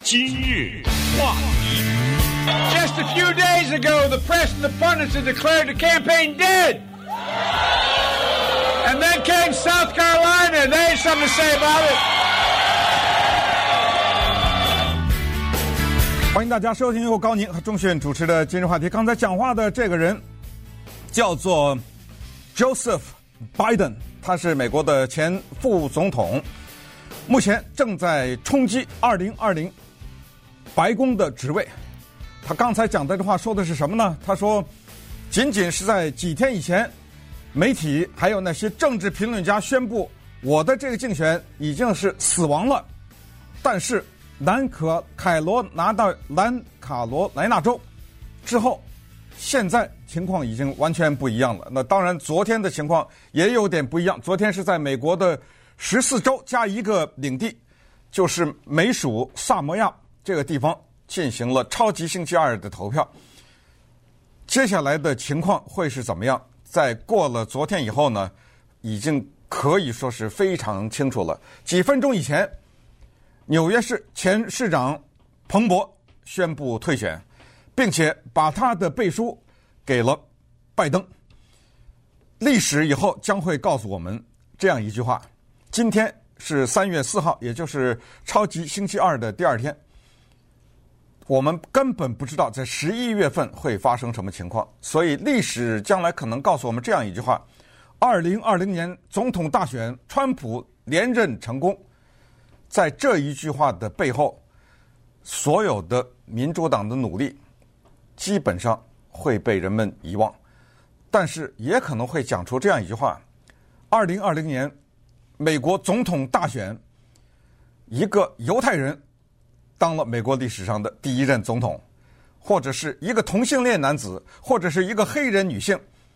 今日话题。 Just a few days ago, the press and the pundits had declared the campaign dead. And then came South Carolina, and they had something to say about it. 欢迎大家收听由高宁和钟迅主持的今日话题。刚才讲话的这个人叫做 Joseph Biden， 他是美国的前副总统，目前正在冲击2020白宫的职位。他刚才讲的这话说的是什么呢？他说，仅仅是在几天以前，媒体还有那些政治评论家宣布我的这个竞选已经是死亡了，但是南卡罗来纳州之后，现在情况已经完全不一样了。那当然，昨天的情况也有点不一样。昨天是在美国的14州加一个领地，就是美属萨摩亚这个地方进行了超级星期二的投票。接下来的情况会是怎么样？在过了昨天以后呢，已经可以说是非常清楚了。几分钟以前，纽约市前市长彭博宣布退选，并且把他的背书给了拜登。历史以后将会告诉我们这样一句话：今天是3月4号，也就是超级星期二的第二天。我们根本不知道在11月份会发生什么情况，所以历史将来可能告诉我们这样一句话：2020年总统大选，川普连任成功。在这一句话的背后，所有的民主党的努力基本上会被人们遗忘，但是也可能会讲出这样一句话：2020年美国总统大选，一个犹太人当了美国历史上的第一任总统，或者是一个同性恋男子，或者是一个黑人女性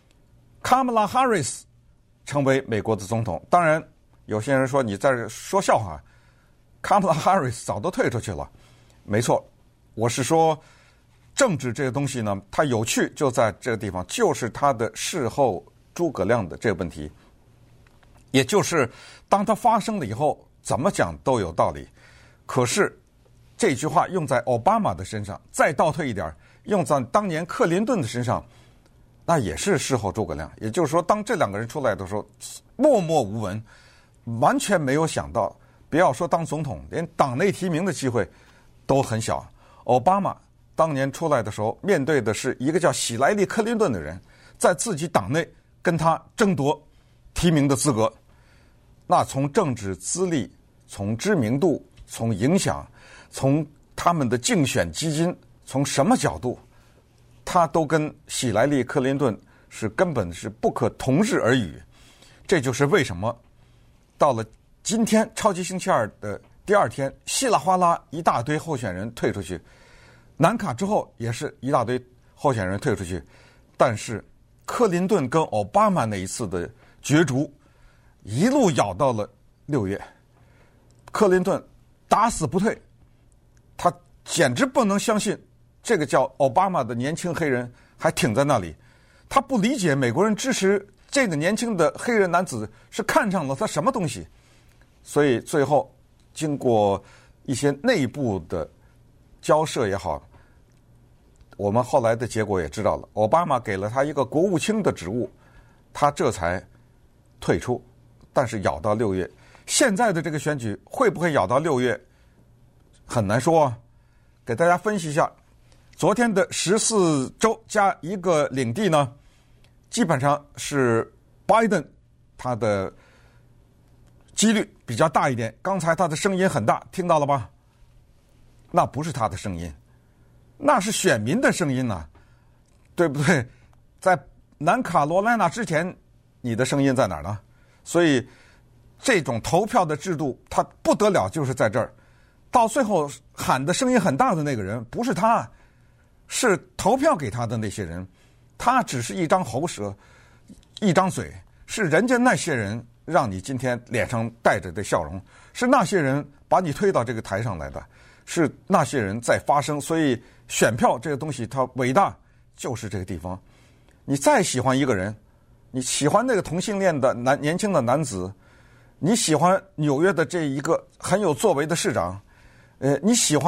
，Kamala Harris 成为美国的总统。当然，有些人说你在这说笑话，Kamala Harris 早都退出去了。没错，我是说，政治这个东西呢，它有趣就在这个地方，就是它的事后诸葛亮的这个问题，也就是当它发生了以后，怎么讲都有道理。可是这句话用在奥巴马的身上，再倒退一点，用在当年克林顿的身上，那也是事后诸葛亮。也就是说，当这两个人出来的时候，默默无闻，完全没有想到，不要说当总统，连党内提名的机会都很小。奥巴马当年出来的时候，面对的是一个叫喜来利·克林顿的人，在自己党内跟他争夺提名的资格。那从政治资历、从知名度、从影响、从他们的竞选基金，从什么角度，他都跟喜来利·克林顿是根本是不可同日而语。这就是为什么到了今天超级星期二的第二天，稀里哗啦一大堆候选人退出去，南卡之后也是一大堆候选人退出去，但是克林顿跟奥巴马那一次的角逐一路咬到了6月，克林顿打死不退，他简直不能相信这个叫奥巴马的年轻黑人还挺在那里，他不理解美国人支持这个年轻的黑人男子是看上了他什么东西。所以最后经过一些内部的交涉也好，我们后来的结果也知道了，奥巴马给了他一个国务卿的职务，他这才退出。但是咬到6月，现在的这个选举会不会咬到6月，很难说啊。给大家分析一下，昨天的14州加一个领地呢，基本上是拜登他的几率比较大一点。刚才他的声音很大，听到了吧？那不是他的声音，那是选民的声音啊，对不对？在南卡罗来纳之前，你的声音在哪儿呢？所以这种投票的制度，它不得了，就是在这儿。到最后喊的声音很大的那个人不是他，是投票给他的那些人，他只是一张喉舌，一张嘴，是人家那些人让你今天脸上带着的笑容，是那些人把你推到这个台上来的，是那些人在发声。所以选票这个东西它伟大就是这个地方。你再喜欢一个人，你喜欢那个同性恋的年轻的男子，你喜欢纽约的这一个很有作为的市长，你喜欢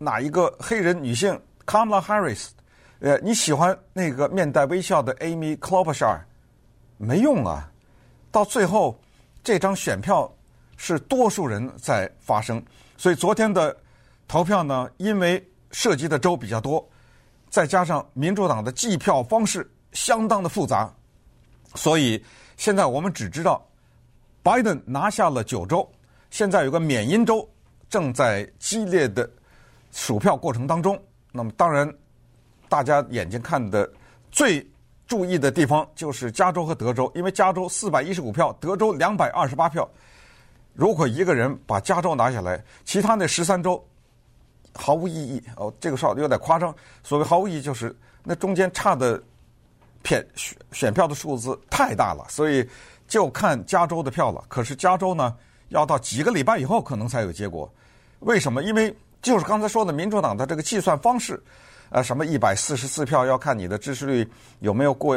哪一个黑人女性 Kamala Harris， 你喜欢那个面带微笑的 Amy Klobuchar， 没用啊。到最后，这张选票是多数人在发生，所以昨天的投票呢，因为涉及的州比较多，再加上民主党的计票方式相当的复杂，所以现在我们只知道拜登拿下了9州，现在有个缅因州正在激烈的数票过程当中。那么当然大家眼睛看的最注意的地方就是加州和德州，因为加州415票，德州228票。如果一个人把加州拿下来，其他那13州毫无意义。这个说有点夸张，所谓毫无意义就是那中间差的选票的数字太大了，所以就看加州的票了。可是加州呢，要到几个礼拜以后可能才有结果。为什么？因为就是刚才说的民主党的这个计算方式，什么144票要看你的支持率有没有过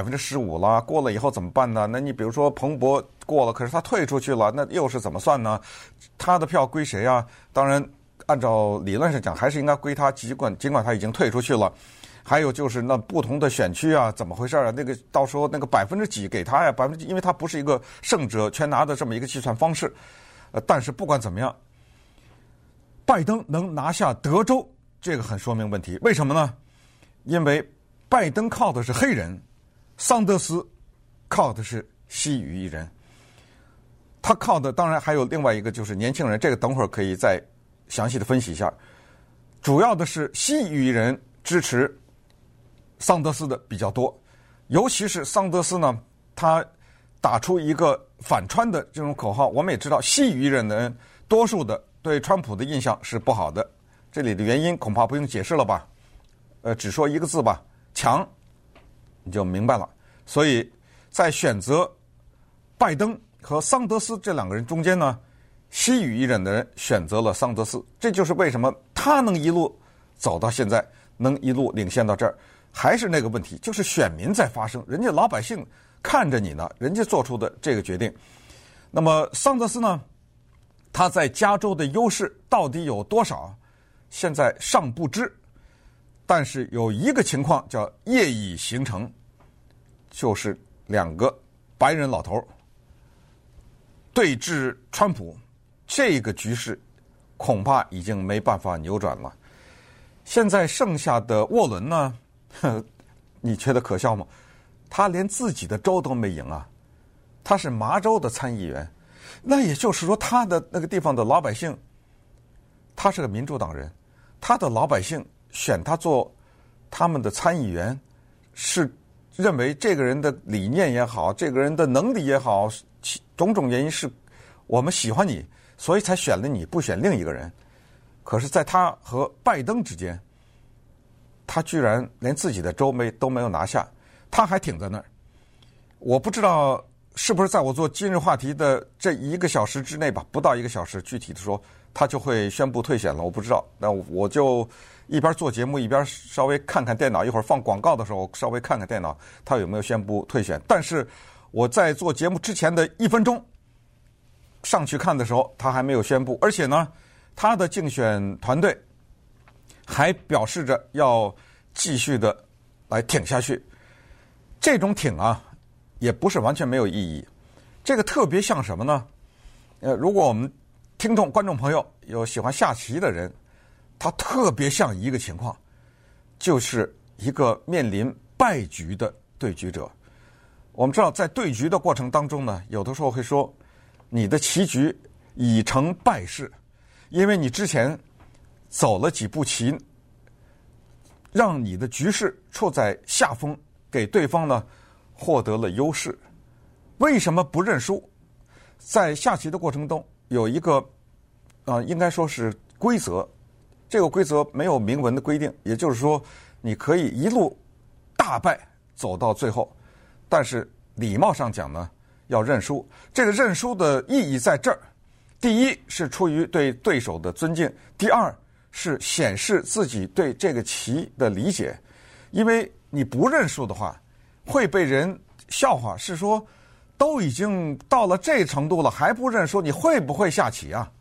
15%啦，过了以后怎么办呢？那你比如说彭博过了，可是他退出去了，那又是怎么算呢？他的票归谁啊？当然按照理论上讲还是应该归他，尽管他已经退出去了。还有就是那不同的选区啊，怎么回事啊？那个到时候那个几%给他呀，几%，因为他不是一个胜者全拿的这么一个计算方式。但是不管怎么样，拜登能拿下德州，这个很说明问题。为什么呢？因为拜登靠的是黑人，桑德斯靠的是西语裔人。他靠的当然还有另外一个就是年轻人，这个等会儿可以再详细的分析一下。主要的是西语裔人支持桑德斯的比较多，尤其是桑德斯呢，他打出一个反川的这种口号。我们也知道西语裔人的人多数的对川普的印象是不好的，这里的原因恐怕不用解释了吧，只说一个字吧，强，你就明白了。所以在选择拜登和桑德斯这两个人中间呢，西语裔人的人选择了桑德斯，这就是为什么他能一路走到现在，能一路领先到这儿。还是那个问题，就是选民在发声，人家老百姓看着你呢，人家做出的这个决定。那么桑德斯呢，他在加州的优势到底有多少，现在尚不知。但是有一个情况叫业已形成，就是两个白人老头对峙川普，这个局势恐怕已经没办法扭转了。现在剩下的沃伦呢，你觉得可笑吗？他连自己的州都没赢啊，他是麻州的参议员，那也就是说他的那个地方的老百姓，他是个民主党人，他的老百姓选他做他们的参议员，是认为这个人的理念也好，这个人的能力也好，种种原因是我们喜欢你，所以才选了你，不选另一个人。可是在他和拜登之间，他居然连自己的州都没有拿下，他还挺在那儿。我不知道是不是在我做今日话题的这1个小时之内吧，不到1个小时，具体的说他就会宣布退选了，我不知道。那我就一边做节目一边稍微看看电脑，一会儿放广告的时候稍微看看电脑，他有没有宣布退选。但是我在做节目之前的1分钟上去看的时候，他还没有宣布，而且呢他的竞选团队还表示着要继续的来挺下去。这种挺啊，也不是完全没有意义。这个特别像什么呢？如果我们观众朋友有喜欢下棋的人，他特别像一个情况，就是一个面临败局的对局者。我们知道在对局的过程当中呢，有的时候会说你的棋局已成败势，因为你之前走了几步棋，让你的局势处在下风，给对方呢获得了优势。为什么不认输？在下棋的过程中有一个应该说是规则，这个规则没有明文的规定，也就是说你可以一路大败走到最后，但是礼貌上讲呢要认输。这个认输的意义在这儿，第一是出于对对手的尊敬，第二是显示自己对这个棋的理解。因为你不认输的话会被人笑话，是说都已经到了这程度了还不认输，你会不会下棋啊？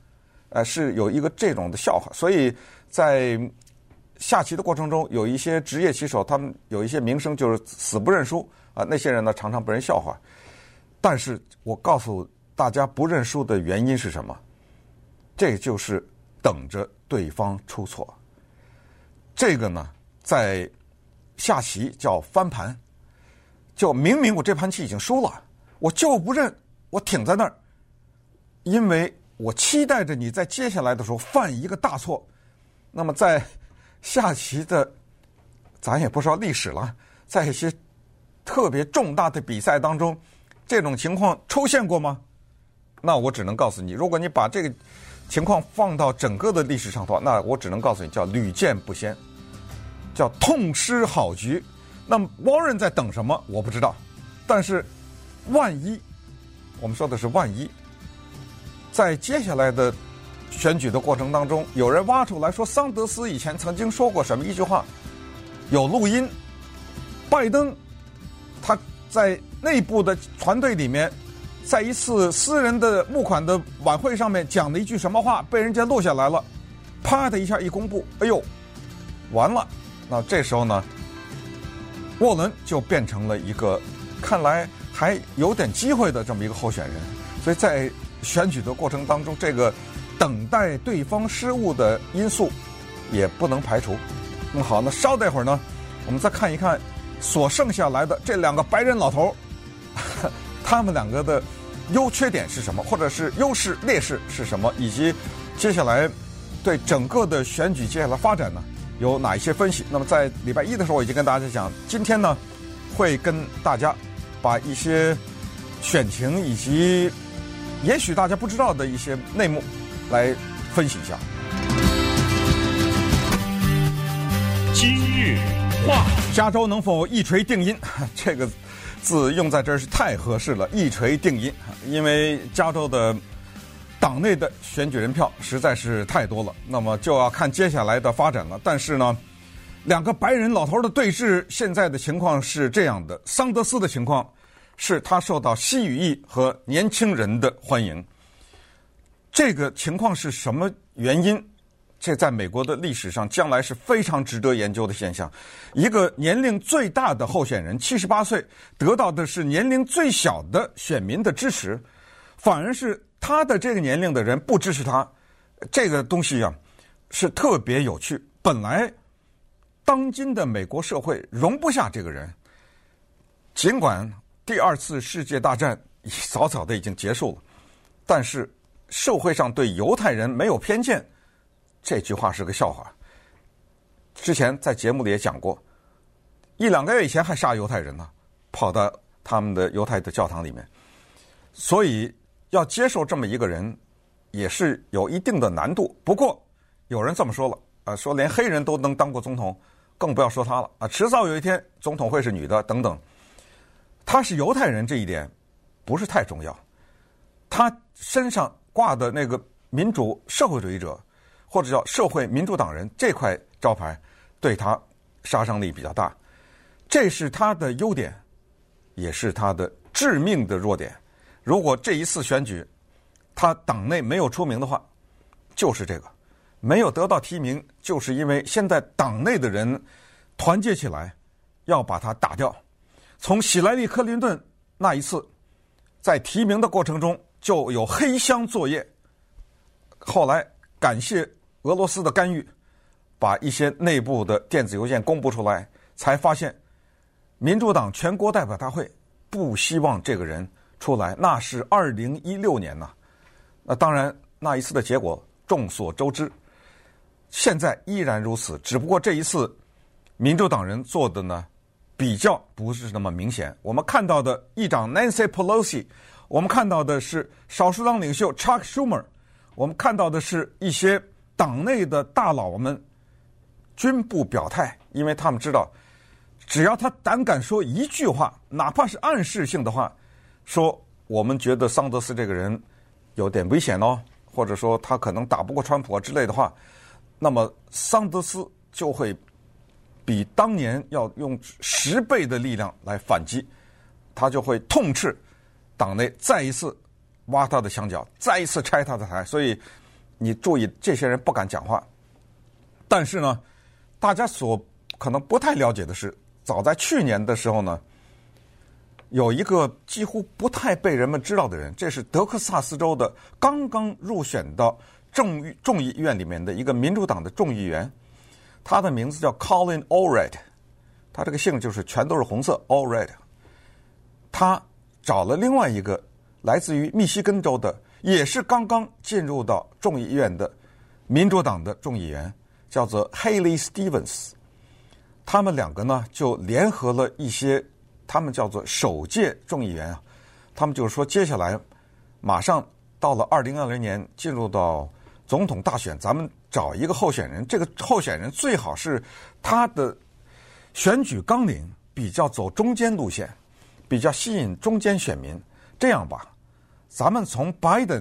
是有一个这种的笑话。所以在下棋的过程中，有一些职业棋手，他们有一些名声就是死不认输啊，那些人呢常常被人笑话。但是我告诉大家，不认输的原因是什么？这就是等着对方出错。这个呢，在下棋叫翻盘，就明明我这盘棋已经输了，我就不认，我挺在那儿，因为我期待着你在接下来的时候犯一个大错。那么在下棋的，咱也不说历史了，在一些特别重大的比赛当中，这种情况出现过吗？那我只能告诉你，如果你把这个情况放到整个的历史上的话，那我只能告诉你，叫屡见不鲜，叫痛失好局。那么Warren在等什么？我不知道。但是万一，我们说的是万一，在接下来的选举的过程当中，有人挖出来说桑德斯以前曾经说过什么一句话，有录音，拜登他在内部的团队里面，在一次私人的募款的晚会上面讲了一句什么话，被人家录下来了，啪的一下一公布，哎呦，完了。那这时候呢，沃伦就变成了一个看来还有点机会的这么一个候选人。所以在选举的过程当中，这个等待对方失误的因素也不能排除。那么好，那稍待会儿呢，我们再看一看所剩下来的这两个白人老头，他们两个的优缺点是什么，或者是优势劣势是什么，以及接下来对整个的选举接下来发展呢有哪一些分析。那么在礼拜一的时候我已经跟大家讲，今天呢会跟大家把一些选情以及也许大家不知道的一些内幕来分析一下。 今日话题， 加州能否一锤定音？这个字用在这儿是太合适了，一锤定音。因为加州的党内的选举人票实在是太多了，那么就要看接下来的发展了。但是呢，两个白人老头的对峙，现在的情况是这样的：桑德斯的情况是他受到西语裔和年轻人的欢迎。这个情况是什么原因？这在美国的历史上将来是非常值得研究的现象。一个年龄最大的候选人78岁得到的是年龄最小的选民的支持，反而是他的这个年龄的人不支持他。这个东西啊是特别有趣。本来当今的美国社会容不下这个人，尽管第二次世界大战早早的已经结束了，但是社会上对犹太人没有偏见，这句话是个笑话。之前在节目里也讲过，1-2个月以前还杀犹太人呢，跑到他们的犹太的教堂里面。所以要接受这么一个人也是有一定的难度。不过有人这么说了，说连黑人都能当过总统，更不要说他了啊！迟早有一天总统会是女的等等。他是犹太人这一点不是太重要，他身上挂的那个民主社会主义者或者叫社会民主党人这块招牌对他杀伤力比较大，这是他的优点，也是他的致命的弱点。如果这一次选举他党内没有出名的话，就是这个没有得到提名，就是因为现在党内的人团结起来要把他打掉。从希莱利·克林顿那一次在提名的过程中就有黑箱作业，后来感谢俄罗斯的干预，把一些内部的电子邮件公布出来，才发现民主党全国代表大会不希望这个人出来。那是2016年呐，那当然那一次的结果众所周知，现在依然如此。只不过这一次民主党人做的呢比较不是那么明显。我们看到的议长 Nancy Pelosi， 我们看到的是少数党领袖 Chuck Schumer， 我们看到的是一些党内的大佬们均不表态，因为他们知道只要他胆敢说一句话，哪怕是暗示性的话，说我们觉得桑德斯这个人有点危险哦，或者说他可能打不过川普之类的话，那么桑德斯就会比当年要用10倍的力量来反击，他就会痛斥党内再一次挖他的墙角，再一次拆他的台。所以你注意，这些人不敢讲话。但是呢，大家所可能不太了解的是，早在去年的时候呢，有一个几乎不太被人们知道的人，这是德克萨斯州的刚刚入选到众议院里面的一个民主党的众议员，他的名字叫 Colin Allred， 他这个姓就是全都是红色 Allred。他找了另外一个来自于密西根州的，也是刚刚进入到众议院的民主党的众议员，叫做 Haley Stevens。他们两个呢就联合了一些他们叫做首届众议员啊，他们就是说接下来马上到了2020年进入到总统大选，咱们找一个候选人，这个候选人最好是他的选举纲领比较走中间路线，比较吸引中间选民。这样吧，咱们从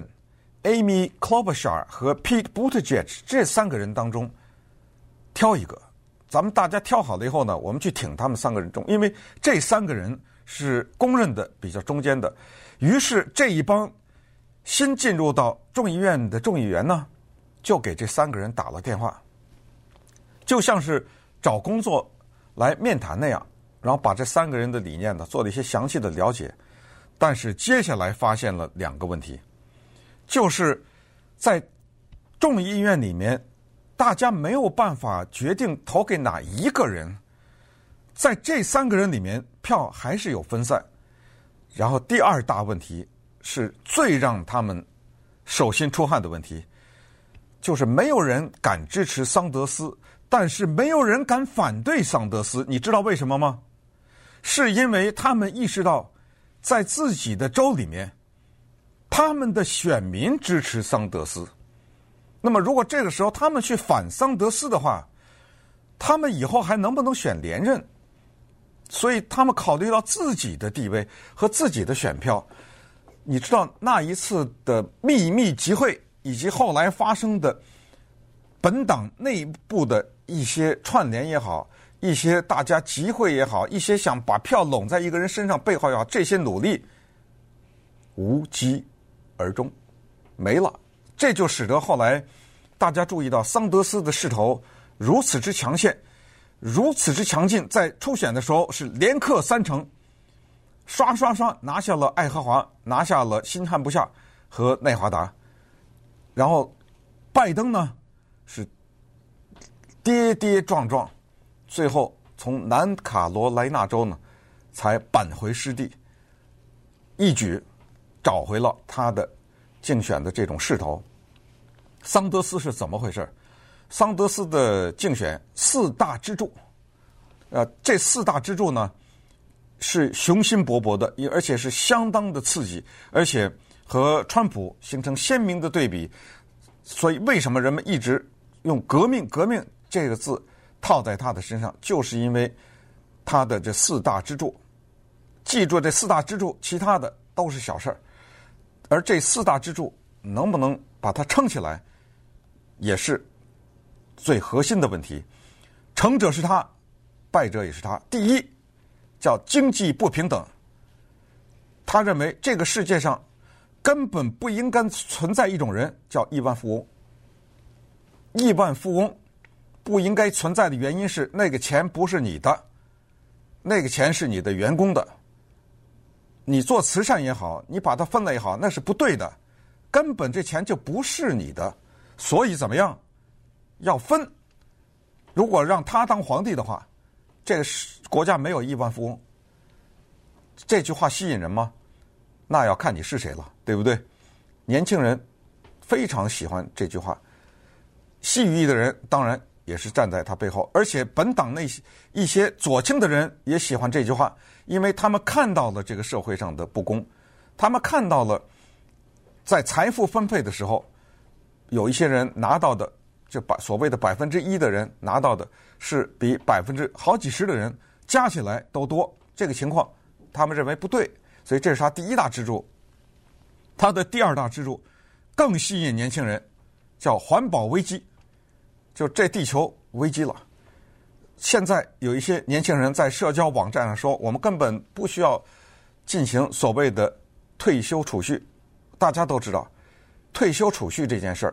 Biden、Amy Klobuchar 和 Pete Buttigieg 这3个人当中挑一个，咱们大家挑好了以后呢，我们去挺他们3个人中，因为这3个人是公认的比较中间的。于是这一帮新进入到众议院的众议员呢，就给这3个人打了电话，就像是找工作来面谈那样，然后把这3个人的理念呢做了一些详细的了解。但是接下来发现了2个问题，就是在众议院里面，大家没有办法决定投给哪一个人，在这3个人里面票还是有分散。然后第2大问题是最让他们手心出汗的问题，就是没有人敢支持桑德斯，但是没有人敢反对桑德斯。你知道为什么吗？是因为他们意识到在自己的州里面，他们的选民支持桑德斯。那么如果这个时候他们去反桑德斯的话，他们以后还能不能选连任？所以他们考虑到自己的地位和自己的选票。你知道那一次的秘密集会，以及后来发生的本党内部的一些串联也好，一些大家集会也好，一些想把票拢在一个人身上背后也好，这些努力无疾而终，没了。这就使得后来大家注意到桑德斯的势头如此之强悍，如此之强劲，在初选的时候是连克3城，刷刷刷拿下了爱荷华，拿下了新罕布夏和内华达。然后拜登呢是跌跌撞撞，最后从南卡罗来纳州呢才扳回失地，一举找回了他的竞选的这种势头。桑德斯是怎么回事？桑德斯的竞选4大支柱，这4大支柱呢是雄心勃勃的，而且是相当的刺激，而且和川普形成鲜明的对比。所以为什么人们一直用革命这个字套在他的身上，就是因为他的这4大支柱。记住这4大支柱，其他的都是小事儿，而这4大支柱能不能把它撑起来，也是最核心的问题。成者是他，败者也是他。第一，叫经济不平等。他认为这个世界上根本不应该存在一种人叫亿万富翁。亿万富翁不应该存在的原因是，那个钱不是你的，那个钱是你的员工的。你做慈善也好，你把它分了也好，那是不对的，根本这钱就不是你的。所以怎么样？要分。如果让他当皇帝的话，这个国家没有亿万富翁。这句话吸引人吗？那要看你是谁了，对不对？年轻人非常喜欢这句话，西语裔的人当然也是站在他背后，而且本党内一些左倾的人也喜欢这句话，因为他们看到了这个社会上的不公，他们看到了在财富分配的时候，有一些人拿到的，就所谓的1%的人拿到的是比好几十的人加起来都多，这个情况他们认为不对，所以这是他第1大支柱。他的第2大支柱更吸引年轻人，叫环保危机，就这地球危机了。现在有一些年轻人在社交网站上说，我们根本不需要进行所谓的退休储蓄。大家都知道，退休储蓄这件事儿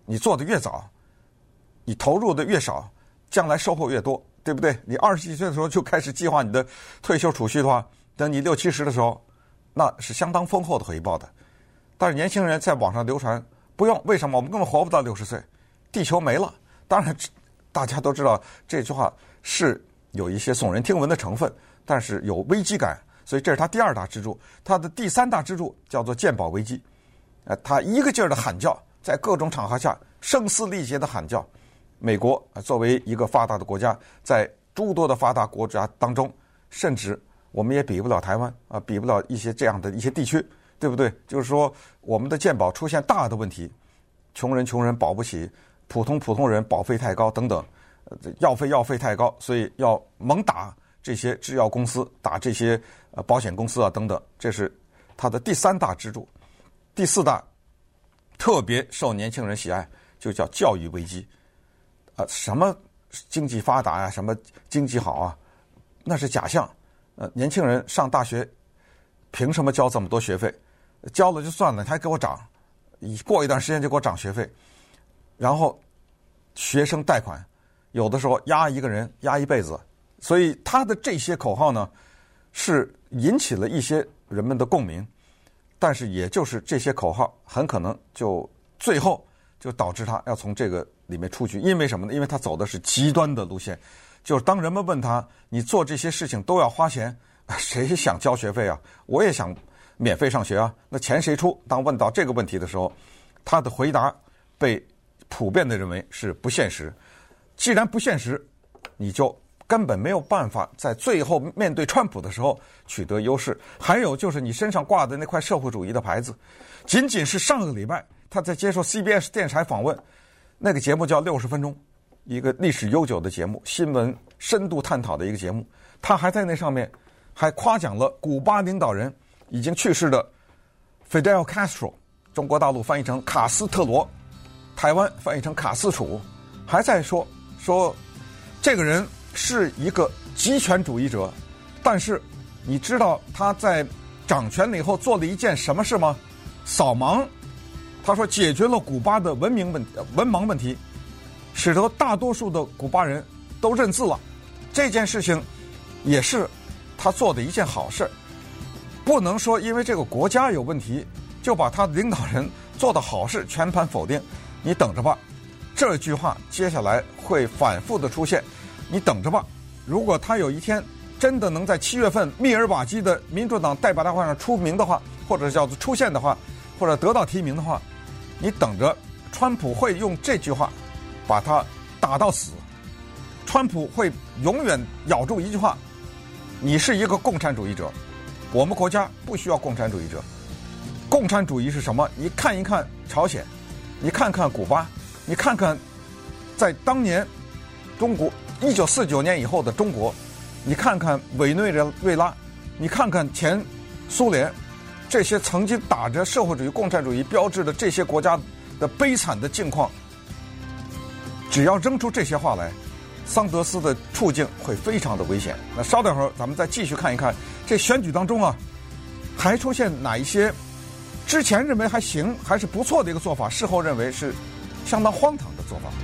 你做的越早，你投入的越少，将来收获越多，对不对？你20几岁的时候就开始计划你的退休储蓄的话，等你60、70的时候，那是相当丰厚的回报的。但是年轻人在网上流传，不用，为什么？我们根本活不到60岁，地球没了。当然，大家都知道这句话是有一些耸人听闻的成分，但是有危机感，所以这是他第2大支柱。他的第3大支柱叫做健保危机。他一个劲儿的喊叫，在各种场合下声嘶力竭的喊叫。美国作为一个发达的国家，在诸多的发达国家当中，甚至我们也比不了台湾啊，比不了一些这样的一些地区，对不对？就是说，我们的健保出现大的问题，穷人保不起，普通人保费太高等等，药费太高，所以要猛打这些制药公司，打这些保险公司啊等等，这是他的第3大支柱。第4大特别受年轻人喜爱，就叫教育危机。什么经济发达呀，什么经济好啊，那是假象。年轻人上大学凭什么交这么多学费？交了就算了，你还给我涨，过一段时间就给我涨学费。然后学生贷款有的时候压一个人压一辈子，所以他的这些口号呢，是引起了一些人们的共鸣。但是也就是这些口号很可能就最后就导致他要从这个里面出局。因为什么呢？因为他走的是极端的路线，就是当人们问他你做这些事情都要花钱，谁想交学费啊？我也想免费上学啊，那钱谁出？当问到这个问题的时候，他的回答被普遍的认为是不现实。既然不现实，你就根本没有办法在最后面对川普的时候取得优势。还有就是你身上挂的那块社会主义的牌子，仅仅是上个礼拜他在接受 CBS 电视台访问，那个节目叫60分钟，一个历史悠久的节目，新闻深度探讨的一个节目，他还在那上面还夸奖了古巴领导人已经去世的 Fidel Castro， 中国大陆翻译成卡斯特罗，台湾翻译成卡斯楚，还在说这个人是一个极权主义者，但是你知道他在掌权了以后做了一件什么事吗？扫盲。他说解决了古巴的文盲问题，使得大多数的古巴人都认字了。这件事情也是他做的一件好事，不能说因为这个国家有问题就把他的领导人做的好事全盘否定。你等着吧，这句话接下来会反复的出现，你等着吧。如果他有一天真的能在7月份密尔瓦基的民主党代表大会上出名的话，或者叫做出现的话，或者得到提名的话，你等着，川普会用这句话把他打到死。川普会永远咬住一句话：你是一个共产主义者，我们国家不需要共产主义者。共产主义是什么？你看一看朝鲜，你看看古巴，你看看在当年中国1949年以后的中国，你看看委内瑞拉，你看看前苏联，这些曾经打着社会主义共产主义标志的这些国家的悲惨的境况，只要扔出这些话来，桑德斯的处境会非常的危险。那稍等会儿咱们再继续看一看这选举当中啊，还出现哪一些之前认为还行还是不错的一个做法，事后认为是相当荒唐的做法。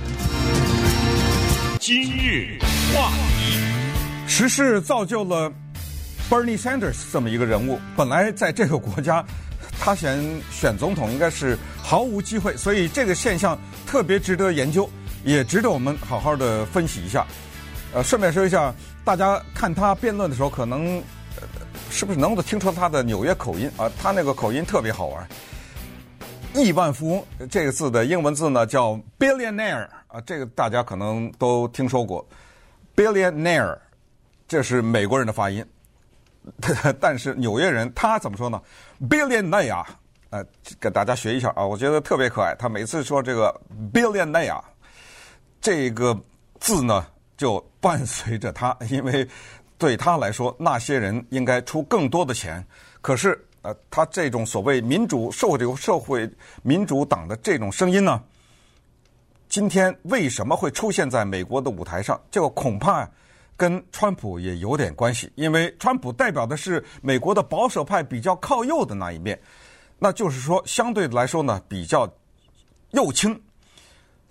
今日话题， 时势造就了 Bernie Sanders 这么一个人物，本来在这个国家他选总统应该是毫无机会，所以这个现象特别值得研究，也值得我们好好的分析一下。顺便说一下，大家看他辩论的时候可能是不是能够听出他的纽约口音啊？他那个口音特别好玩。亿万富翁这个字的英文字呢叫 billionaire 啊，这个大家可能都听说过。billionaire 这是美国人的发音，但是纽约人他怎么说呢 ？billionaire 给大家学一下啊，我觉得特别可爱。他每次说这个 billionaire 这个字呢，就伴随着他，因为对他来说，那些人应该出更多的钱。可是他这种所谓社会民主党的这种声音呢，今天为什么会出现在美国的舞台上？这个恐怕跟川普也有点关系，因为川普代表的是美国的保守派比较靠右的那一面，那就是说相对来说呢比较右倾。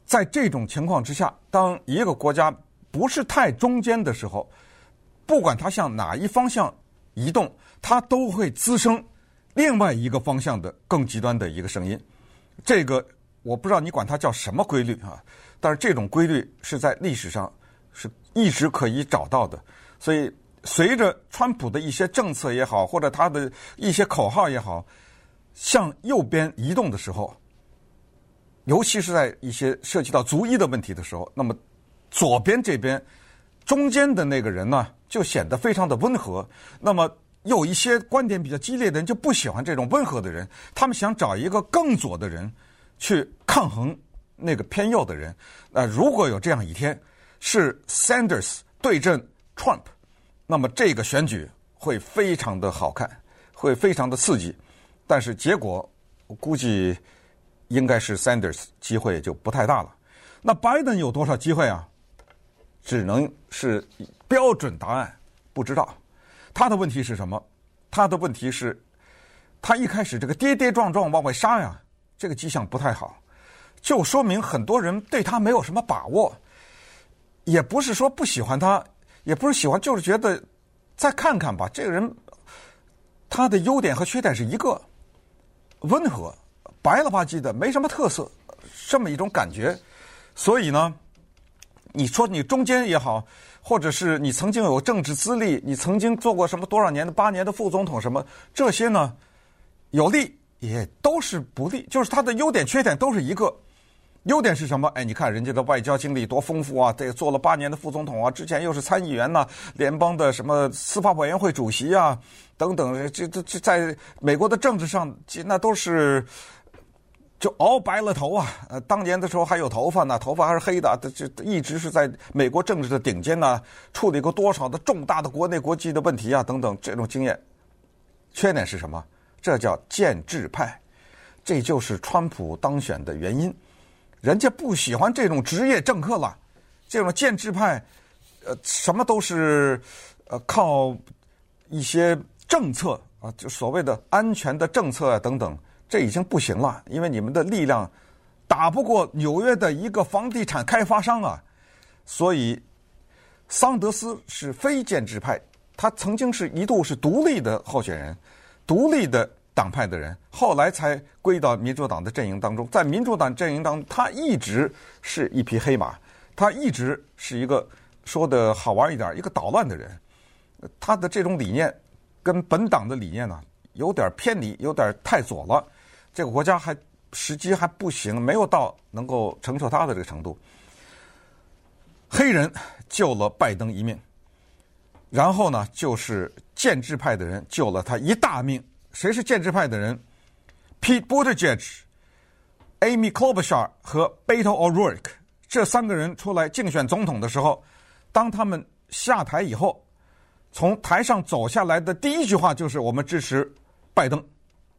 在这种情况之下，当一个国家不是太中间的时候，不管它向哪一方向移动，它都会滋生另外一个方向的更极端的一个声音。这个我不知道你管它叫什么规律啊，但是这种规律是在历史上是一直可以找到的。所以随着川普的一些政策也好，或者他的一些口号也好，向右边移动的时候，尤其是在一些涉及到族裔的问题的时候，那么左边这边中间的那个人呢，就显得非常的温和。那么有一些观点比较激烈的人就不喜欢这种温和的人，他们想找一个更左的人去抗衡那个偏右的人。如果有这样一天是 Sanders 对阵 Trump， 那么这个选举会非常的好看，会非常的刺激。但是结果我估计应该是 Sanders 机会就不太大了。那 Biden 有多少机会啊？只能是标准答案，不知道。他的问题是什么？他的问题是，他一开始这个跌跌撞撞往外杀呀，这个迹象不太好，就说明很多人对他没有什么把握，也不是说不喜欢他，也不是喜欢，就是觉得再看看吧。这个人他的优点和缺点是一个，温和，白了吧唧的，没什么特色，这么一种感觉。所以呢，你说你中间也好，或者是你曾经有政治资历，你曾经做过什么多少年的8年的副总统什么，这些呢有利也都是不利，就是他的优点缺点都是一个。优点是什么？哎，你看人家的外交经历多丰富啊，这做了8年的副总统啊，之前又是参议员呐，联邦的什么司法委员会主席啊等等，这在美国的政治上那都是就熬白了头啊！当年的时候还有头发呢，头发还是黑的，这一直是在美国政治的顶尖呢，处理过多少的重大的国内国际的问题啊，等等，这种经验。缺点是什么？这叫建制派，这就是川普当选的原因。人家不喜欢这种职业政客了，这种建制派，什么都是靠一些政策啊，就所谓的安全的政策啊等等。这已经不行了，因为你们的力量打不过纽约的一个房地产开发商啊，所以桑德斯是非建制派，他曾经是一度是独立的候选人，独立的党派的人，后来才归到民主党的阵营当中。在民主党阵营当中，他一直是一匹黑马，他一直是一个说的好玩一点，一个捣乱的人。他的这种理念跟本党的理念呢，有点偏离，有点太左了。这个国家时机还不行，没有到能够承受他的这个程度。黑人救了拜登一命，然后呢，就是建制派的人救了他一大命。谁是建制派的人 ？Pete Buttigieg、Amy Klobuchar 和 Beto O'Rourke 这3个人出来竞选总统的时候，当他们下台以后，从台上走下来的第一句话就是我们支持拜登。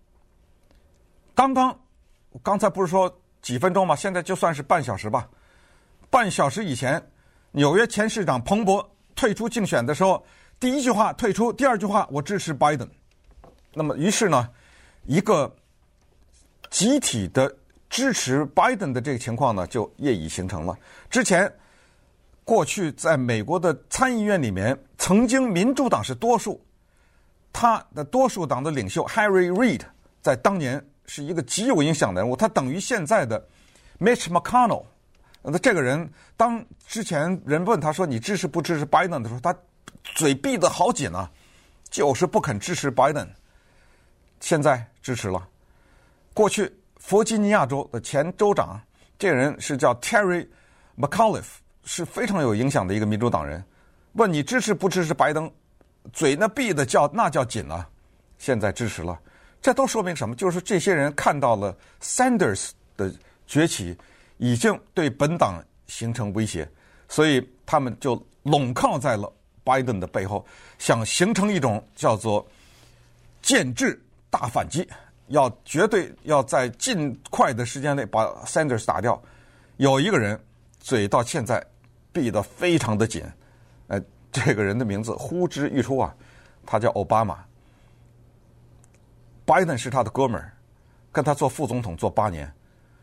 刚才不是说几分钟吗？现在就算是半小时吧。半小时以前，纽约前市长彭博退出竞选的时候，第一句话退出，第二句话我支持拜登。那么于是呢，一个集体的支持拜登的这个情况呢，就业已形成了。之前过去在美国的参议院里面，曾经民主党是多数，他的多数党的领袖 Harry Reid 在当年是一个极有影响的人物，他等于现在的 Mitch McConnell。这个人，当之前人问他说你支持不支持拜登的时候，他嘴闭得好紧啊，就是不肯支持拜登。现在支持了。过去弗吉尼亚州的前州长，这个人是叫 Terry McAuliffe， 是非常有影响的一个民主党人。问你支持不支持拜登，嘴那闭的那叫紧了。现在支持了。这都说明什么？就是这些人看到了 Sanders 的崛起已经对本党形成威胁，所以他们就拢靠在了拜登的背后，想形成一种叫做建制大反击，绝对要在尽快的时间内把 Sanders 打掉。有一个人嘴到现在闭得非常的紧，这个人的名字呼之欲出啊，他叫奥巴马。拜登是他的哥们儿，跟他做副总统做8年，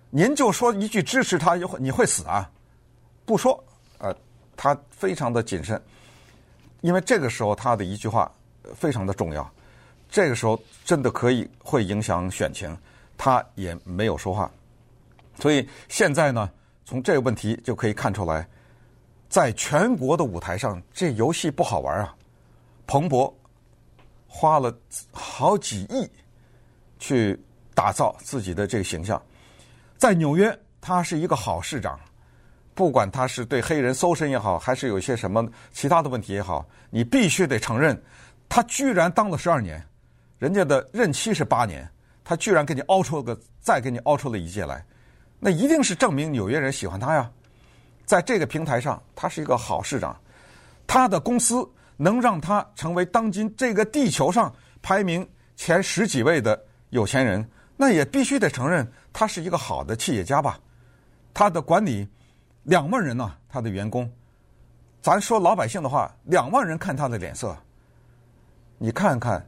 您就说一句支持他，你会死啊？不说，他非常的谨慎，因为这个时候他的一句话非常的重要，这个时候真的会影响选情，他也没有说话。所以现在呢，从这个问题就可以看出来，在全国的舞台上，这游戏不好玩啊。彭博花了好几亿去打造自己的这个形象，在纽约他是一个好市长，不管他是对黑人搜身也好，还是有一些什么其他的问题也好，你必须得承认，他居然当了12年，人家的任期是8年，他居然给你再给你凹出了一届来，那一定是证明纽约人喜欢他呀。在这个平台上，他是一个好市长，他的公司能让他成为当今这个地球上排名前10几位的有钱人，那也必须得承认他是一个好的企业家吧。他的管理2万人呢，他的员工，咱说老百姓的话，2万人看他的脸色。你看看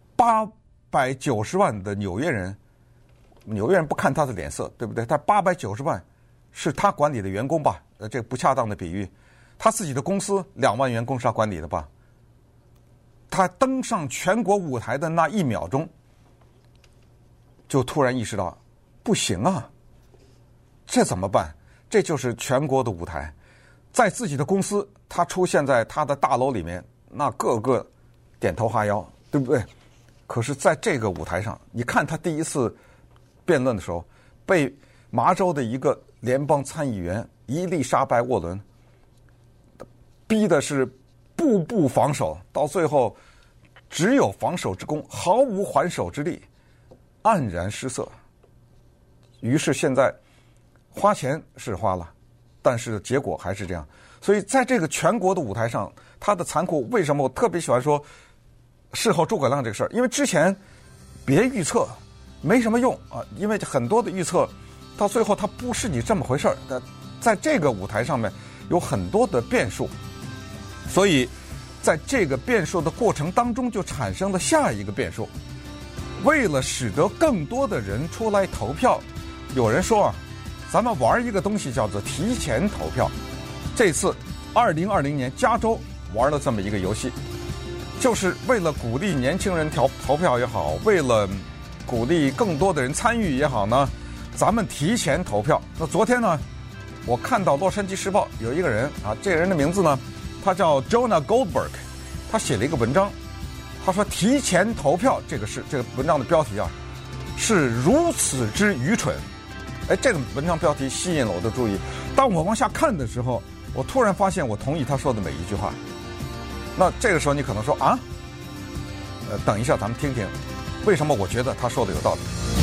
890万的纽约人不看他的脸色，对不对？他890万是他管理的员工吧？这不恰当的比喻。他自己的公司2万员工是他管理的吧？他登上全国舞台的那1秒钟，就突然意识到，不行啊，这怎么办？这就是全国的舞台。在自己的公司，他出现在他的大楼里面，那个个点头哈腰，对不对？可是在这个舞台上，你看他第一次辩论的时候，被麻州的一个联邦参议员伊丽莎白·沃伦逼的是步步防守，到最后只有防守之功，毫无还手之力，黯然失色。于是现在花钱是花了，但是结果还是这样。所以在这个全国的舞台上，他的残酷，为什么我特别喜欢说事后诸葛亮这个事儿？因为之前别预测没什么用啊，因为很多的预测到最后它不是你这么回事儿。在这个舞台上面有很多的变数，所以在这个变数的过程当中，就产生了下一个变数。为了使得更多的人出来投票，有人说啊，咱们玩一个东西叫做提前投票。这次2020年加州玩了这么一个游戏，就是为了鼓励年轻人投票也好，为了鼓励更多的人参与也好呢，咱们提前投票。那昨天呢，我看到《洛杉矶时报》有一个人啊，这个人的名字呢，他叫 Jonah Goldberg， 他写了一个文章，他说提前投票这个文章的标题啊，是如此之愚蠢。这个文章标题吸引了我的注意。当我往下看的时候，我突然发现我同意他说的每一句话。那这个时候你可能说啊，等一下咱们听听为什么我觉得他说的有道理。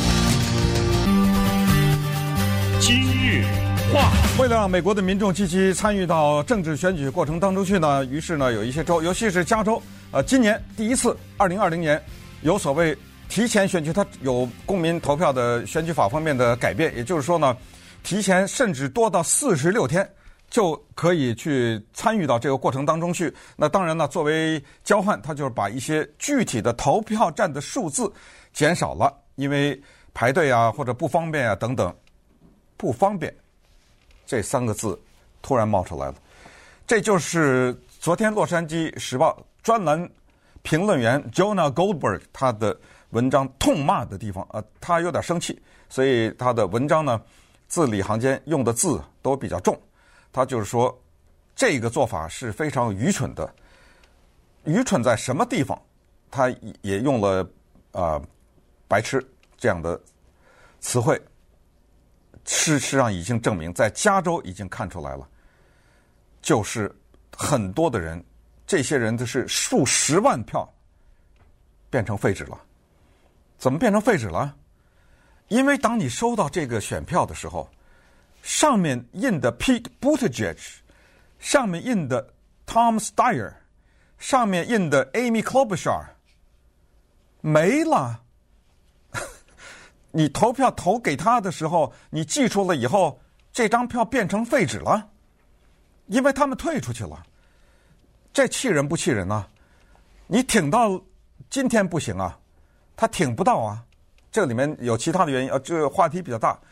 今日话为了让美国的民众积极参与到政治选举过程当中去呢，于是呢有一些州，尤其是加州，今年第一次2020年有所谓提前选举，它有公民投票的选举法方面的改变，也就是说呢，提前甚至多到46天就可以去参与到这个过程当中去。那当然呢，作为交换，它就是把一些具体的投票站的数字减少了，因为排队啊或者不方便啊等等。不方便这3个字突然冒出来了，这就是昨天《洛杉矶时报》专栏评论员 Jonah Goldberg 他的文章痛骂的地方他有点生气，所以他的文章呢字里行间用的字都比较重。他就是说这个做法是非常愚蠢的。愚蠢在什么地方？他也用了白痴这样的词汇。事实上已经证明，在加州已经看出来了，就是很多的人，这些人都是数10万票变成废纸了。怎么变成废纸了？因为当你收到这个选票的时候，上面印的 Pete Buttigieg， 上面印的 Tom Steyer， 上面印的 Amy Klobuchar 没了。你投票投给他的时候，你寄出了以后，这张票变成废纸了，因为他们退出去了。这气人不气人啊？你挺到今天不行啊，他挺不到啊。这里面有其他的原因，这个话题比较大。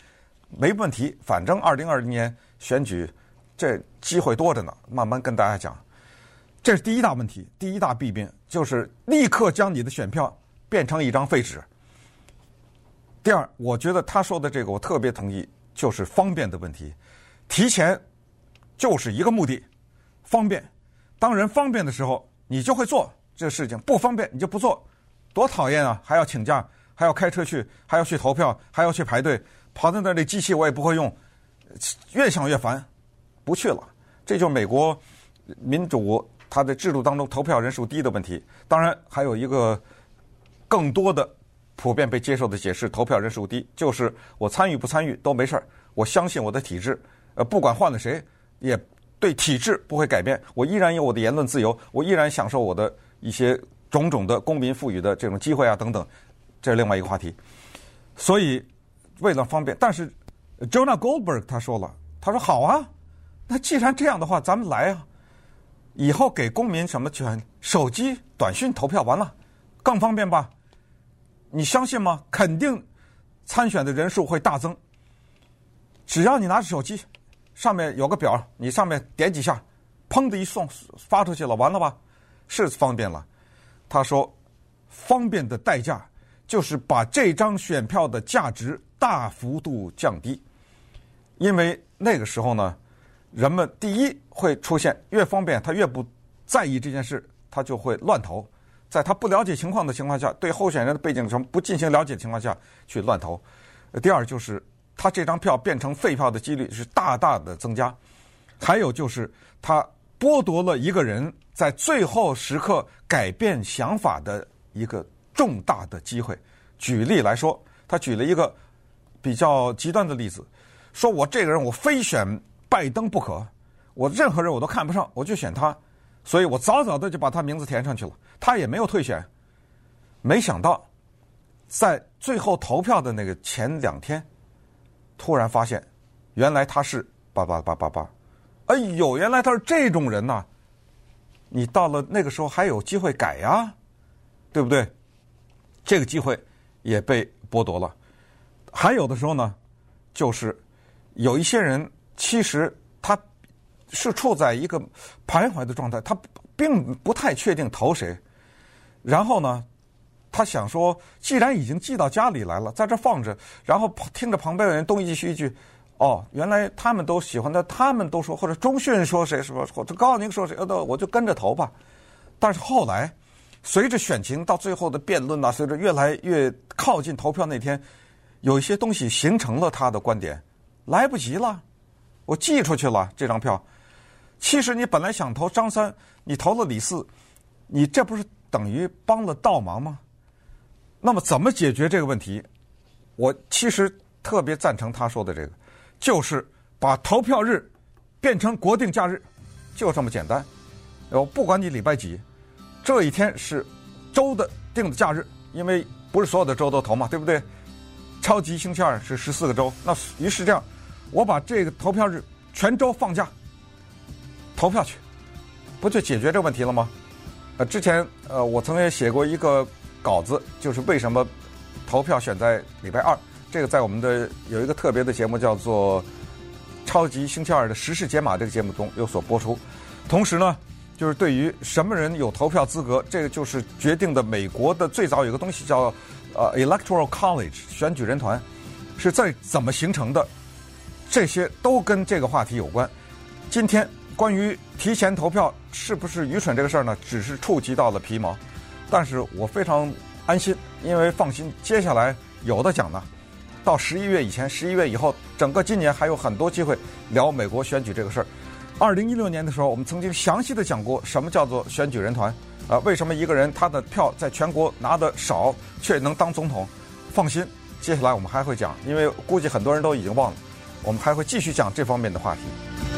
没问题，反正2020年选举这机会多着呢，慢慢跟大家讲。这是第一大问题，第一大弊病就是立刻将你的选票变成一张废纸。第二，我觉得他说的这个我特别同意，就是方便的问题。提前就是一个目的，方便。当人方便的时候，你就会做这个事情；不方便，你就不做，多讨厌啊！还要请假，还要开车去，还要去投票，还要去排队，跑到那里机器我也不会用，越想越烦，不去了。这就是美国民主它的制度当中投票人数低的问题。当然，还有一个更多的普遍被接受的解释，投票人数低就是我参与不参与都没事儿，我相信我的体制，不管换了谁，也对体制不会改变，我依然有我的言论自由，我依然享受我的一些种种的公民赋予的这种机会啊等等，这是另外一个话题。所以为了方便，但是 Jonah Goldberg 他说了，他说好啊，那既然这样的话，咱们来啊，以后给公民什么权，手机短讯投票完了，更方便吧？你相信吗？肯定参选的人数会大增。只要你拿着手机，上面有个表，你上面点几下，砰的一送发出去了，完了吧？是方便了。他说，方便的代价就是把这张选票的价值大幅度降低，因为那个时候呢，人们第一会出现越方便，他越不在意这件事，他就会乱投。在他不了解情况的情况下，对候选人的背景什么不进行了解的情况下去乱投。第二就是他这张票变成废票的几率是大大的增加。还有就是他剥夺了一个人在最后时刻改变想法的一个重大的机会。举例来说，他举了一个比较极端的例子，说我这个人我非选拜登不可，我任何人我都看不上，我就选他，所以我早早的就把他名字填上去了，他也没有退选。没想到在最后投票的那个前2天，突然发现原来他是88888，哎呦，原来他是这种人呐！你到了那个时候还有机会改呀，对不对？这个机会也被剥夺了。还有的时候呢，就是有一些人其实他是处在一个徘徊的状态，他并不太确定投谁。然后呢，他想说，既然已经寄到家里来了，在这放着，然后听着旁边的人东一句西一句，哦，原来他们都喜欢的，他们都说，或者中讯说谁说，或者高宁说谁，我就跟着投吧。但是后来，随着选情到最后的辩论啊，随着越来越靠近投票那天，有一些东西形成了他的观点，来不及了，我寄出去了这张票。其实你本来想投张三，你投了李四，你这不是等于帮了倒忙吗？那么怎么解决这个问题？我其实特别赞成他说的这个，就是把投票日变成国定假日，就这么简单。不管你礼拜几，这一天是州的定的假日，因为不是所有的州都投嘛，对不对？超级星期二是14个州，那于是这样，我把这个投票日全州放假，投票去，不就解决这个问题了吗？之前我曾经写过一个稿子，就是为什么投票选在礼拜二。这个在我们的有一个特别的节目叫做《超级星期二的时事解码》这个节目中有所播出。同时呢，就是对于什么人有投票资格，这个就是决定的美国的最早有个东西叫Electoral College 选举人团，是怎么形成的，这些都跟这个话题有关。今天关于提前投票是不是愚蠢这个事儿呢，只是触及到了皮毛，但是我非常安心，因为放心，接下来有的讲呢。到11月以前，11月以后，整个今年还有很多机会聊美国选举这个事儿。2016年的时候，我们曾经详细的讲过什么叫做选举人团，为什么一个人他的票在全国拿得少却能当总统。放心，接下来我们还会讲，因为估计很多人都已经忘了，我们还会继续讲这方面的话题。